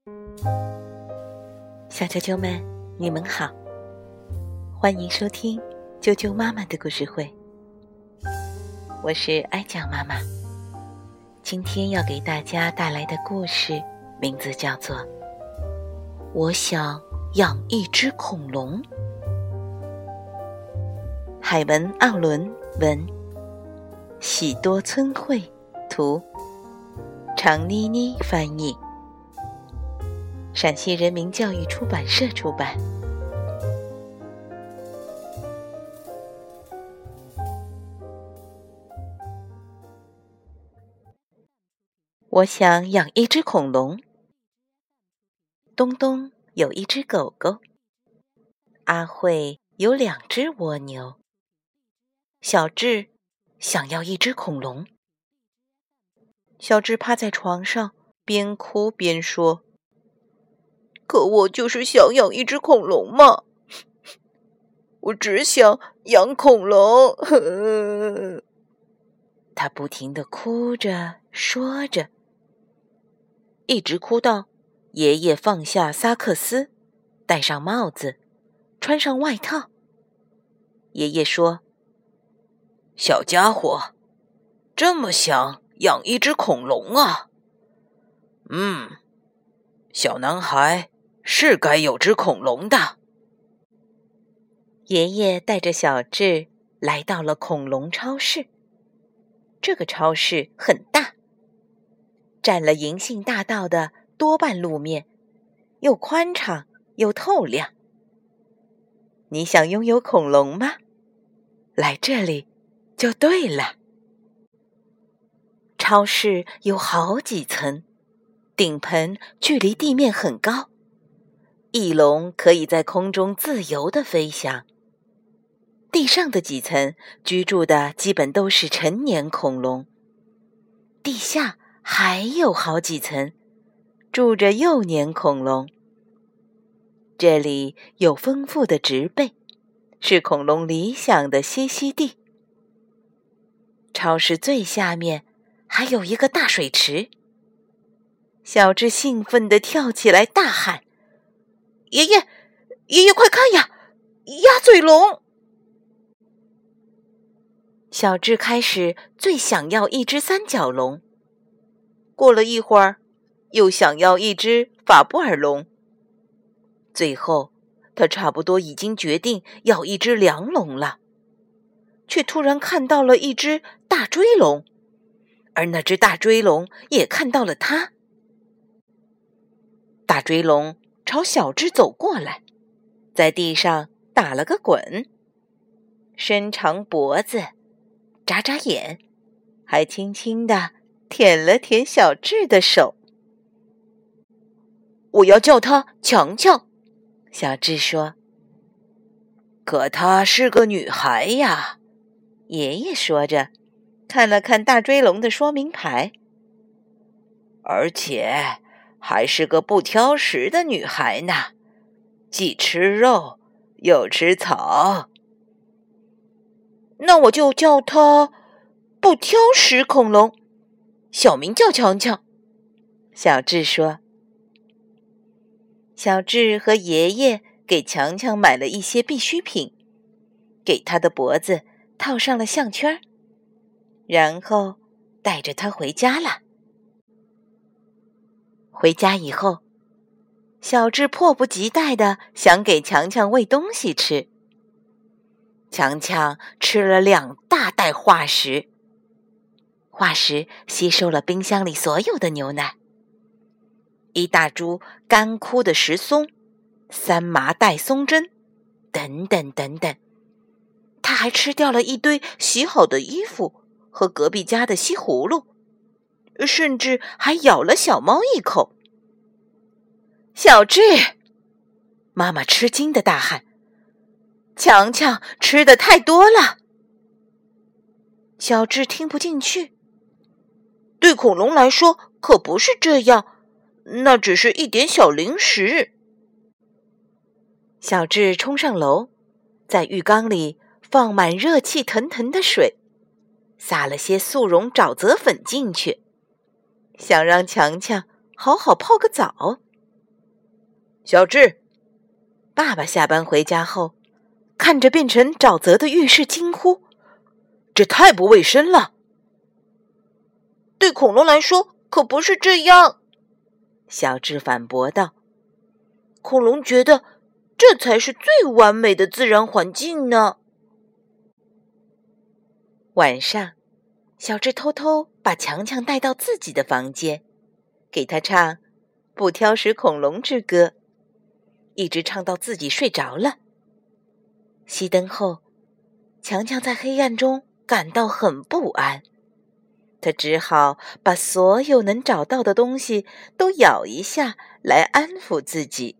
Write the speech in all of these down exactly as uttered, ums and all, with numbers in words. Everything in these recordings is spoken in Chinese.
小啾啾们，你们好，欢迎收听啾啾妈妈的故事会。我是爱酱妈妈，今天要给大家带来的故事名字叫做《我想养一只恐龙》。海文·奥伦文，喜多村绘图，常妮妮翻译，陕西人民教育出版社出版。我想养一只恐龙。东东有一只狗狗，阿慧有两只蜗牛，小智想要一只恐龙。小智趴在床上，边哭边说：可我就是想养一只恐龙嘛，我只想养恐龙。他不停地哭着说着，一直哭到爷爷放下萨克斯，戴上帽子，穿上外套。爷爷说：小家伙，这么想养一只恐龙啊？嗯，小男孩是该有只恐龙的。爷爷带着小智来到了恐龙超市。这个超市很大，占了银杏大道的多半路面，又宽敞又透亮。你想拥有恐龙吗？来这里就对了。超市有好几层，顶棚距离地面很高，翼龙可以在空中自由地飞翔。地上的几层居住的基本都是成年恐龙，地下还有好几层住着幼年恐龙。这里有丰富的植被，是恐龙理想的栖息地。超市最下面还有一个大水池。小智兴奋地跳起来大喊：爷爷，爷爷快看呀，鸭嘴龙！小智开始最想要一只三角龙，过了一会儿又想要一只法布尔龙，最后他差不多已经决定要一只梁龙了，却突然看到了一只大追龙，而那只大追龙也看到了他。大追龙朝小智走过来，在地上打了个滚，伸长脖子，眨眨眼，还轻轻地舔了舔小智的手。我要叫她强强，小智说。可她是个女孩呀，爷爷说着，看了看大追龙的说明牌。而且还是个不挑食的女孩呢，既吃肉又吃草。那我就叫她不挑食恐龙，小名叫强强，小智说。小智和爷爷给强强买了一些必需品，给他的脖子套上了项圈，然后带着他回家了。回家以后，小智迫不及待地想给强强喂东西吃。强强吃了两大袋化石，化石吸收了冰箱里所有的牛奶，一大株干枯的石松，三麻袋松针，等等等等。他还吃掉了一堆洗好的衣服和隔壁家的西葫芦，甚至还咬了小猫一口。小智！妈妈吃惊地大喊，强强吃的太多了。小智听不进去，对恐龙来说可不是这样，那只是一点小零食。小智冲上楼，在浴缸里放满热气腾腾的水，撒了些速溶沼泽粉进去，想让强强好好泡个澡。 小智， 爸爸下班回家后，看着变成沼泽的浴室惊呼： 这太不卫生了。 对恐龙来说可不是这样， 小智反驳道。 恐龙觉得这才是最完美的自然环境呢。 晚上，小智偷偷把强强带到自己的房间，给他唱《不挑食恐龙之歌》，一直唱到自己睡着了。熄灯后，强强在黑暗中感到很不安，他只好把所有能找到的东西都咬一下来安抚自己。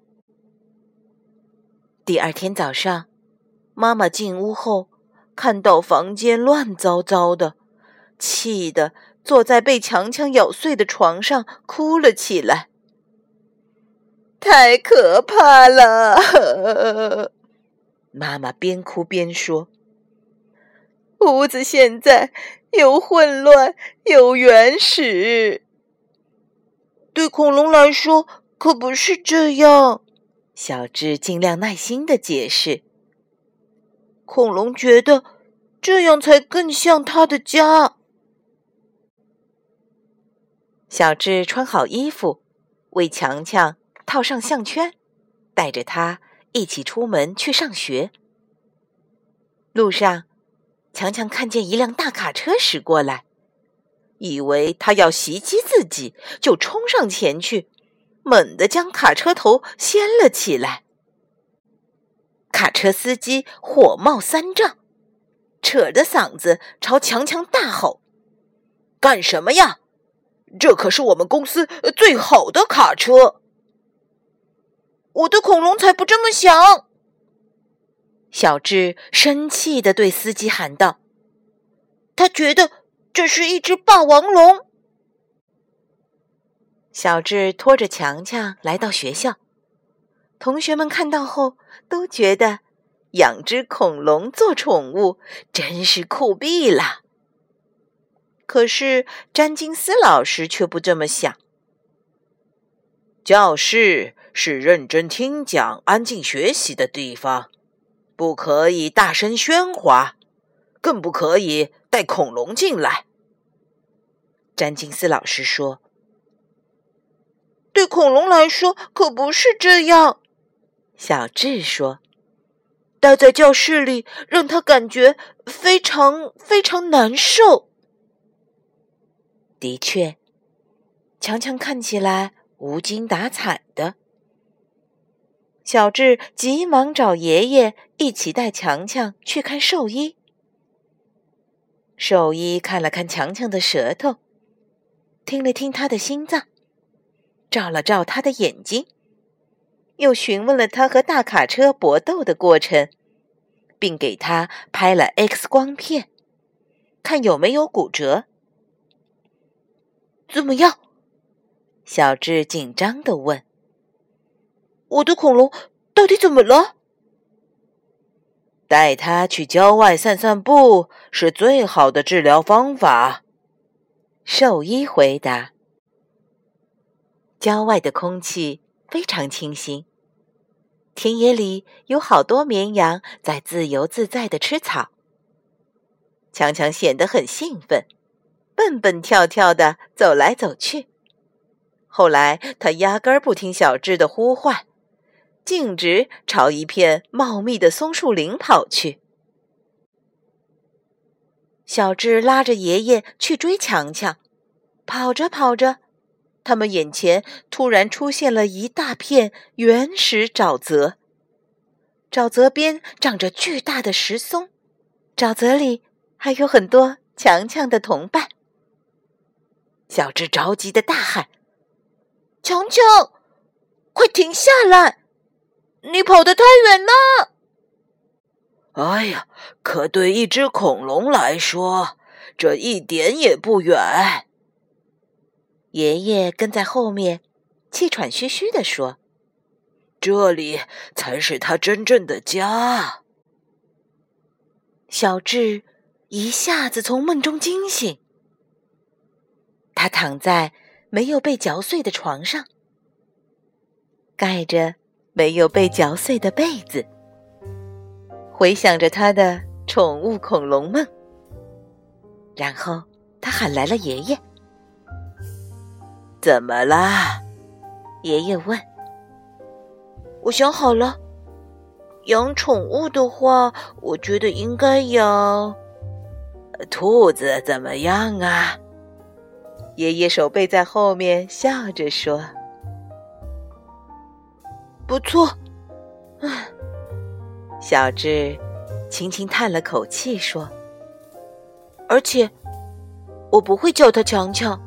第二天早上，妈妈进屋后看到房间乱糟糟的，气得坐在被强强咬碎的床上哭了起来。太可怕了！妈妈边哭边说。屋子现在又混乱又原始。 对恐龙来说可不是这样， 小智尽量耐心地解释。 恐龙觉得这样才更像他的家。 小智穿好衣服，为强强套上项圈，带着他一起出门去上学。路上，强强看见一辆大卡车驶过来，以为他要袭击自己，就冲上前去，猛地将卡车头掀了起来。卡车司机火冒三丈，扯着嗓子朝强强大吼： 干什么呀？这可是我们公司最好的卡车。 我的恐龙才不这么想！ 小智生气地对司机喊道。 他觉得这是一只霸王龙。 小智拖着强强来到学校，同学们看到后都觉得养只恐龙做宠物真是酷毙了。可是詹金斯老师却不这么想。 教室是认真听讲、安静学习的地方，不可以大声喧哗，更不可以带恐龙进来。 詹金斯老师说。 对恐龙来说可不是这样， 小智说。 待在教室里让他感觉非常非常难受。 的确，强强看起来无精打采的。小智急忙找爷爷一起带强强去看兽医。兽医看了看强强的舌头，听了听他的心脏，照了照他的眼睛，又询问了他和大卡车搏斗的过程，并给他拍了 X 光片，看有没有骨折。 怎么样？ 小智紧张地问。 我的恐龙到底怎么了？ 带它去郊外散散步是最好的治疗方法， 兽医回答。郊外的空气非常清新，田野里有好多绵羊在自由自在地吃草。强强显得很兴奋，蹦蹦跳跳地走来走去。后来他压根儿不听小智的呼唤，径直朝一片茂密的松树林跑去。小智拉着爷爷去追强强，跑着跑着，他们眼前突然出现了一大片原始沼泽。沼泽边长着巨大的石松，沼泽里还有很多强强的同伴。小智着急地大喊： 强强，快停下来！你跑得太远了！ 哎呀，可对一只恐龙来说，这一点也不远。 爷爷跟在后面，气喘吁吁地说： 这里才是他真正的家。 小智一下子从梦中惊醒，他躺在没有被嚼碎的床上， 盖着没有被嚼碎的被子，回想着他的宠物恐龙梦。然后他喊来了爷爷。 怎么啦？ 爷爷问。 我想好了，养宠物的话，我觉得应该养…… 兔子怎么样啊？ 爷爷手背在后面笑着说。 不错。 唉，小智轻轻叹了口气说。 而且，我不会叫他强强。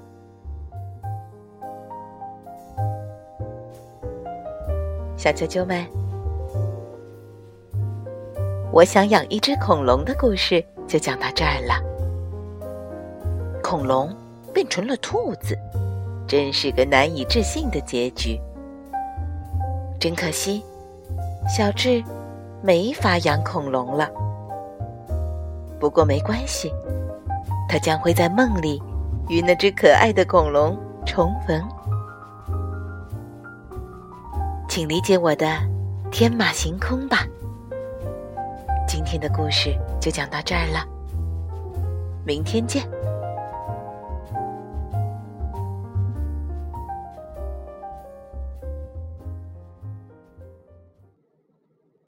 小啾啾们，我想养一只恐龙的故事就讲到这儿了。恐龙变成了兔子，真是个难以置信的结局。真可惜，小智没法养恐龙了。不过没关系，他将会在梦里与那只可爱的恐龙重逢。请理解我的天马行空吧。今天的故事就讲到这儿了，明天见。